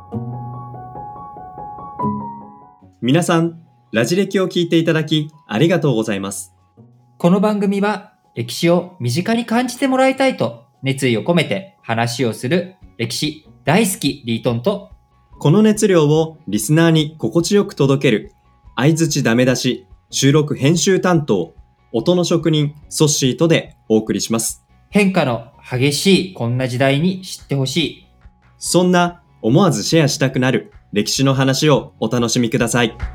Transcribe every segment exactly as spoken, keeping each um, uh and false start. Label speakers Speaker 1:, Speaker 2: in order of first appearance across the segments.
Speaker 1: 皆さん、ラジ歴を聞いていただきありがとうございます。
Speaker 2: この番組は歴史を身近に感じてもらいたいと熱意を込めて話をする歴史大好きリートンと、
Speaker 1: この熱量をリスナーに心地よく届ける相槌ダメ出し収録編集担当音の職人ソッシーとでお送りします。
Speaker 2: 変化の激しいこんな時代に知ってほしい、
Speaker 1: そんな思わずシェアしたくなる歴史の話をお楽しみください。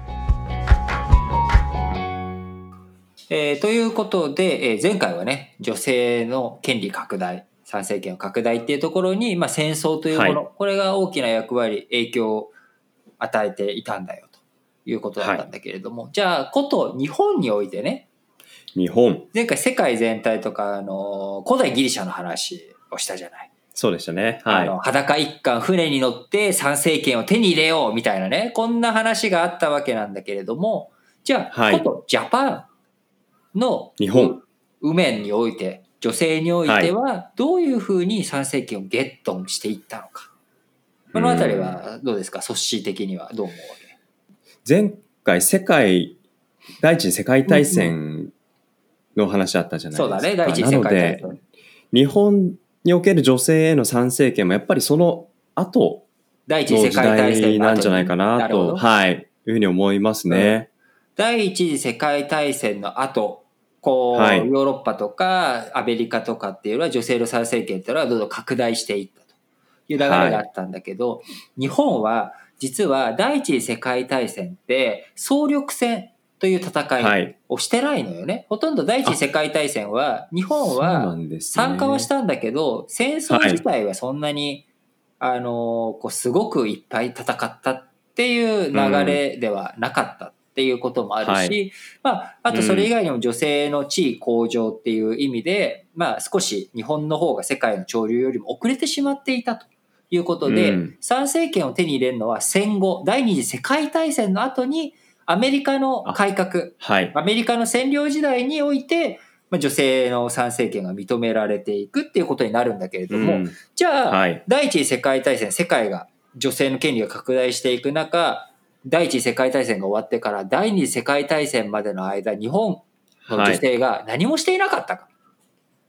Speaker 2: えー、ということで、えー、前回はね、女性の権利拡大、参政権を拡大っていうところに、まあ、戦争というもの、はい、これが大きな役割、影響を与えていたんだよということだったんだけれども、はい、じゃあこと日本においてね、
Speaker 1: 日本
Speaker 2: 前回世界全体とかあの古代ギリシャの話をしたじゃない。
Speaker 1: そうでしたね、はい、
Speaker 2: あの裸一貫船に乗って参政権を手に入れようみたいなね、こんな話があったわけなんだけれども、じゃあ、はい、ことジャパンの
Speaker 1: 日本
Speaker 2: ウメンにおいて、女性においてはどういうふうに参政権をゲットしていったのか、このあたりはどうですか、ソッシー的にはどう思うわけ？
Speaker 1: 前回世界第一次世界大戦の話あったじゃないですか。
Speaker 2: そうだね、第一次世界大戦。
Speaker 1: なので日本における女性への参政権もやっぱりその後
Speaker 2: 第一次世界大戦
Speaker 1: なんじゃないかなと、はい、いうふうに思いますね。
Speaker 2: うん、第一次世界大戦の後、こう、はい、ヨーロッパとかアメリカとかっていうのは女性の参政権っていうのはどんどん拡大していったという流れがあったんだけど、はい、日本は実は第一次世界大戦って総力戦という戦いをしてないのよね。はい、ほとんど第一次世界大戦は日本は参加はしたんだけど、戦争自体はそんなに、はい、あのこうすごくいっぱい戦ったっていう流れではなかった。うんっていうこともあるし、はい、まあ、あとそれ以外にも女性の地位向上っていう意味で、うん、まあ少し日本の方が世界の潮流よりも遅れてしまっていたということで、うん、参政権を手に入れるのは戦後、第二次世界大戦の後にアメリカの改革、はい、アメリカの占領時代において、まあ、女性の参政権が認められていくっていうことになるんだけれども、うん、じゃあ、はい、第一次世界大戦、世界が女性の権利が拡大していく中、第一次世界大戦が終わってから第二次世界大戦までの間、日本の女性が何もしていなかったか、はい、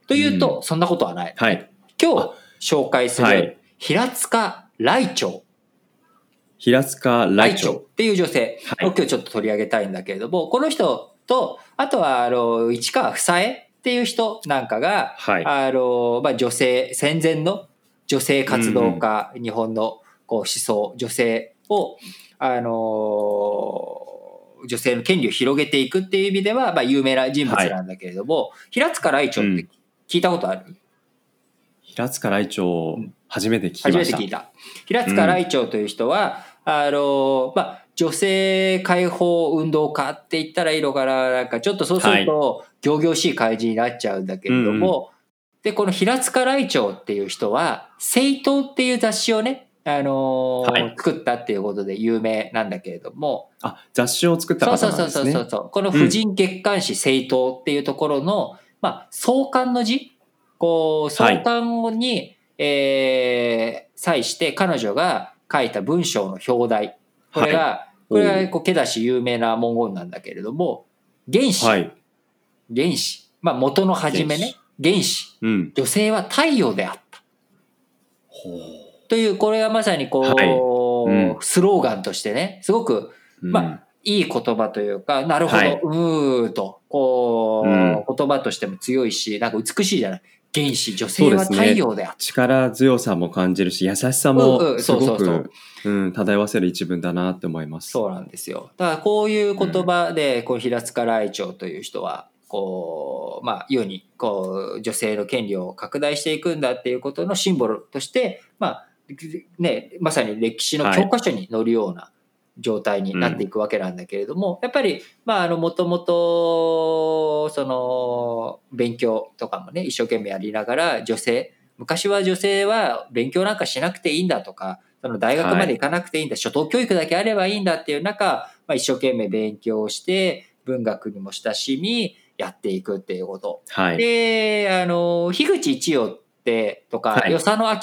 Speaker 2: というと、うん、そんなことはない、はい、今日紹介する平塚雷朝、
Speaker 1: 平塚雷朝
Speaker 2: っていう女性を今日ちょっと取り上げたいんだけれども、はい、この人とあとはあの市川房枝っていう人なんかが、はい、あのまあ、女性戦前の女性活動家、うん、日本のこう思想女性をあの女性の権利を広げていくっていう意味では、まあ、有名な人物なんだけれども、はい、平塚雷朝って聞いたことある？うん、
Speaker 1: 平塚雷朝初めて聞きました。
Speaker 2: 初めて聞いた。平塚雷朝という人は、うん、あのまあ、女性解放運動家って言ったらいいのかな、なんかちょっとそうすると仰々しい感じになっちゃうんだけれども、はい、でこの平塚雷朝っていう人は青鞜っていう雑誌をね、あのーはい、作ったっていうことで有名なんだけれども、
Speaker 1: あ、雑誌を作った方なんですね。
Speaker 2: そうそうそうそう。この婦人月刊誌青鞜っていうところの、うん、まあ創刊の字、こう創刊に、はい、えー、際して彼女が書いた文章の表題、これが、はい、これがこう毛出し有名な文言なんだけれども、原子、はい、原子、まあ元の始めね、原子、うん、女性は太陽であった。ほうという、これはまさにこう、はいうん、スローガンとしてね、すごく、まあ、うん、いい言葉というか、なるほど、はい、うーと、こう、うん、言葉としても強いし、なんか美しいじゃない。原子、女性は太陽であった。ね、
Speaker 1: 力強さも感じるし、優しさもすごく漂わせる一文だなって思います。
Speaker 2: そうなんですよ。だからこういう言葉で、うん、こう平塚雷朝という人は、こう、まあ、世に、こう、女性の権利を拡大していくんだっていうことのシンボルとして、まあ、ね、まさに歴史の教科書に載るような状態になっていくわけなんだけれども、はいうん、やっぱり、まあ、あの、もともと、その、勉強とかもね、一生懸命やりながら、女性、昔は女性は勉強なんかしなくていいんだとか、その大学まで行かなくていいんだ、はい、初等教育だけあればいいんだっていう中、まあ、一生懸命勉強して、文学にも親しみ、やっていくっていうこと。はい、で、あの、樋口一葉ってとか、はい、与謝野晶子。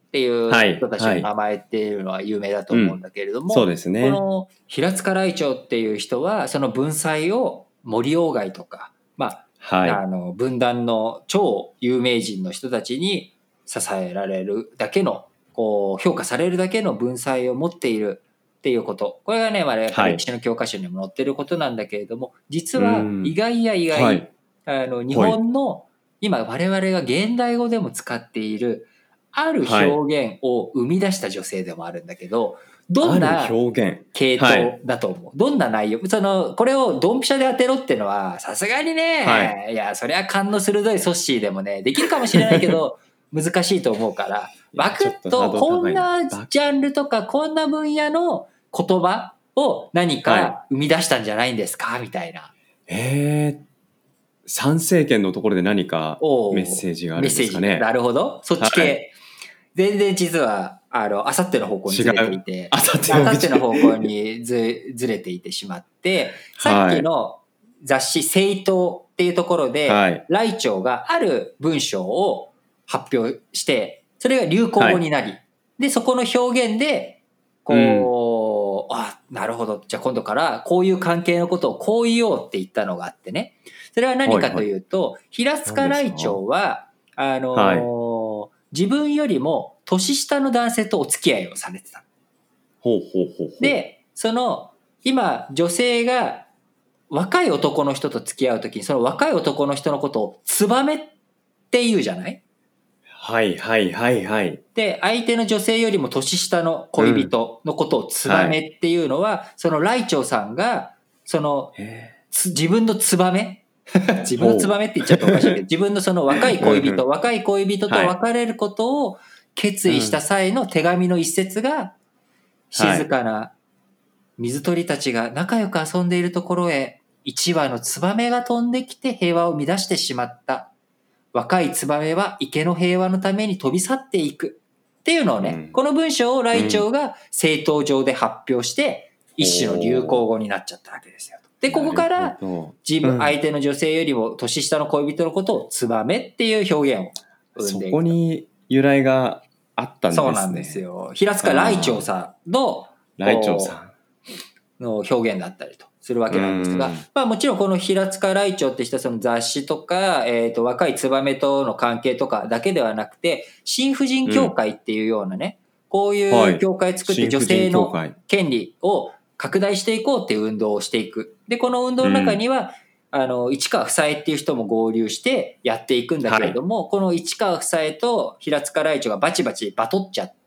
Speaker 2: っていう人たちの名前っていうのは有名だと思うんだけれども、
Speaker 1: はいはいうん、そうですね。
Speaker 2: この平塚らいてうっていう人はその文才を森鴎外とか、まあはい、あの文壇の超有名人の人たちに支えられるだけのこう評価されるだけの文才を持っているっていうこと、これがね、まあ、歴史の教科書にも載ってることなんだけれども、実は意外や意外、はい、あの日本の今我々が現代語でも使っているある表現を生み出した女性でもあるんだけど、どんな系統だと思う、はい、どんな内容、そのこれをドンピシャで当てろってのはさすがにね、はい、いやそりゃ勘の鋭いソッシーでもねできるかもしれないけど難しいと思うから、バクッとこんなジャンルとかこんな分野の言葉を何か生み出したんじゃないんですか、はい、みたいな。
Speaker 1: えー、参政権のところで何かメッセージがあるんですかね。
Speaker 2: メッセージ、なるほど、そっち系、はい、全然実はあのあさっての方向にずれていて、あさっての方向に ず, ずれていてしまって、さっきの雑誌政党っていうところで、はい、来庁がある文章を発表して、それが流行語になり、はい、でそこの表現でこう、うん、あ、なるほど、じゃあ今度からこういう関係のことをこう言おうって言ったのがあってね、それは何かというと、はいはい、平塚来庁はあのーはい、自分よりも年下の男性とお付き合いをされてた。
Speaker 1: ほうほうほうほう。
Speaker 2: で、その今女性が若い男の人と付き合うときに、その若い男の人のことをツバメって言うじゃない？
Speaker 1: はいはいはいはい。
Speaker 2: で、相手の女性よりも年下の恋人のことをツバメっていうのは、うんはい、その来庁さんがその自分のツバメ自分のツバメって言っちゃうとおかしいけど、自分のその若い恋人、若い恋人と別れることを決意した際の手紙の一節が、静かな水鳥たちが仲良く遊んでいるところへ一羽のツバメが飛んできて平和を乱してしまった。若いツバメは池の平和のために飛び去っていくっていうのをね、うん、この文章を来庁が政党上で発表して、一種の流行語になっちゃったわけですよ。で、ここから自分、相手の女性よりも年下の恋人のことをツバメっていう表現を生んでいく。
Speaker 1: そこに由来があったんですね。
Speaker 2: そうなんですよ。平塚来庁さんの
Speaker 1: 来庁さ
Speaker 2: んの表現だったりとするわけなんですが、まあもちろんこの平塚来庁ってしたその雑誌とか、えっと若いツバメとの関係とかだけではなくて、新婦人協会っていうようなね、こういう協会作って女性の権利を拡大していこうっていう運動をしていく。で、この運動の中には、うん、あの、市川房枝っていう人も合流してやっていくんだけれども、はい、この市川房枝と平塚来庁がバチバチバトっちゃって、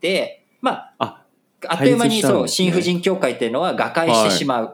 Speaker 2: まあ、あ, あっという間にそう、新婦人協会っていうのは瓦解してしまう。はい、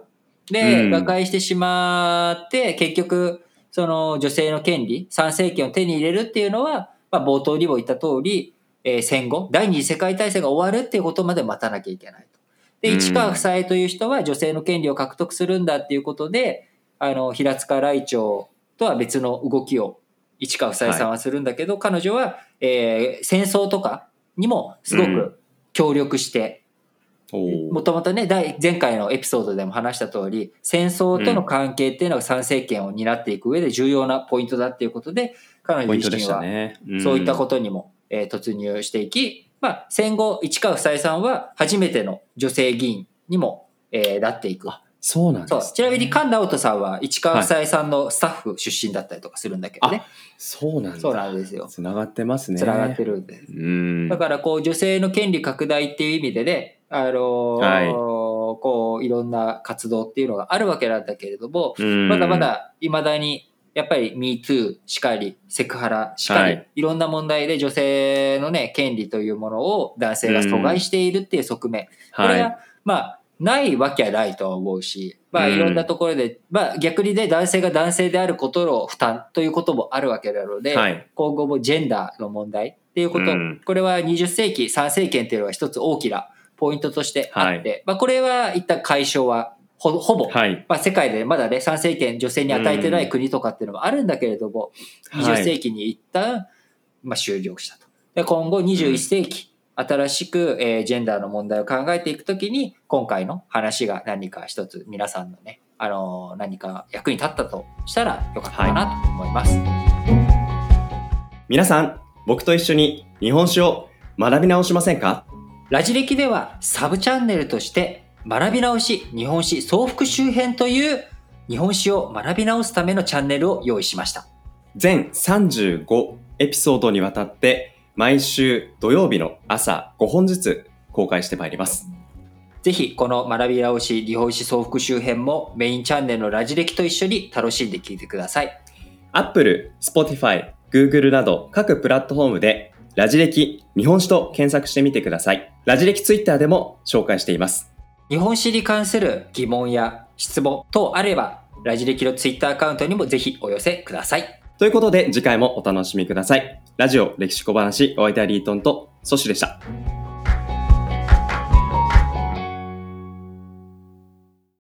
Speaker 2: で、うん、瓦解してしまって、結局、その女性の権利、参政権を手に入れるっていうのは、まあ、冒頭にも言った通り、えー、戦後、第二次世界大戦が終わるっていうことまで待たなきゃいけないと。で、市川房枝という人は女性の権利を獲得するんだっていうことで、あの、平塚来庁とは別の動きを市川房枝さんはするんだけど、はい、彼女は、えー、戦争とかにもすごく協力して、もともとね、前回のエピソードでも話した通り、戦争との関係っていうのが参政権を担っていく上で重要なポイントだっていうことで、彼女自身はそういったことにも突入していき、まあ、戦後、市川房枝さんは初めての女性議員にも、えー、なっていく。
Speaker 1: あ、そうなんですね。そう。
Speaker 2: ちなみに神田直人さんは市川房枝さんのスタッフ出身だったりとかするんだけどね。
Speaker 1: はい、そうなんだ。
Speaker 2: そうなんですよ。
Speaker 1: つながってますね。
Speaker 2: つながってるんで。うん。だからこう女性の権利拡大っていう意味でね、あのーはい、こういろんな活動っていうのがあるわけなんだけれども、まだまだ未だにやっぱり ミートゥー しかり、セクハラしかり、はい、いろんな問題で女性のね、権利というものを男性が阻害しているっていう側面。これが、まあ、ないわけはないとは思うし、まあ、いろんなところで、まあ、逆にね、男性が男性であることの負担ということもあるわけなので、はい、今後もジェンダーの問題っていうこと、これはにじゅっせいき、参政権っていうのは一つ大きなポイントとしてあって、はい、まあ、これは一旦解消は、ほ, ほぼ、はい、まあ、世界でまだね、参政権女性に与えてない国とかっていうのもあるんだけれども、にじゅっせいきに一旦、まあ、終了したと。で、今後にじゅういっせいき、うん、新しく、えー、ジェンダーの問題を考えていくときに、今回の話が何か一つ皆さんのね、あのー、何か役に立ったとしたらよかったかなと思います。
Speaker 1: はい、皆さん、僕と一緒に日本史を学び直しませんか？
Speaker 2: ラジ歴ではサブチャンネルとして学び直し日本史総復習編という日本史を学び直すためのチャンネルを用意しました。
Speaker 1: 全さんじゅうごエピソードにわたって毎週土曜日の朝ごほんずつ公開してまいります。
Speaker 2: ぜひこの学び直し日本史総復習編もメインチャンネルのラジ歴と一緒に楽しんで聞いてください。
Speaker 1: Apple、Spotify、Google など各プラットフォームでラジ歴日本史と検索してみてください。ラジ歴ツイッターでも紹介しています。
Speaker 2: 日本史に関する疑問や質問等あればラジ歴のツイッターアカウントにもぜひお寄せください。
Speaker 1: ということで次回もお楽しみください。ラジオ歴史小話お相手はリートンとソッシュでした。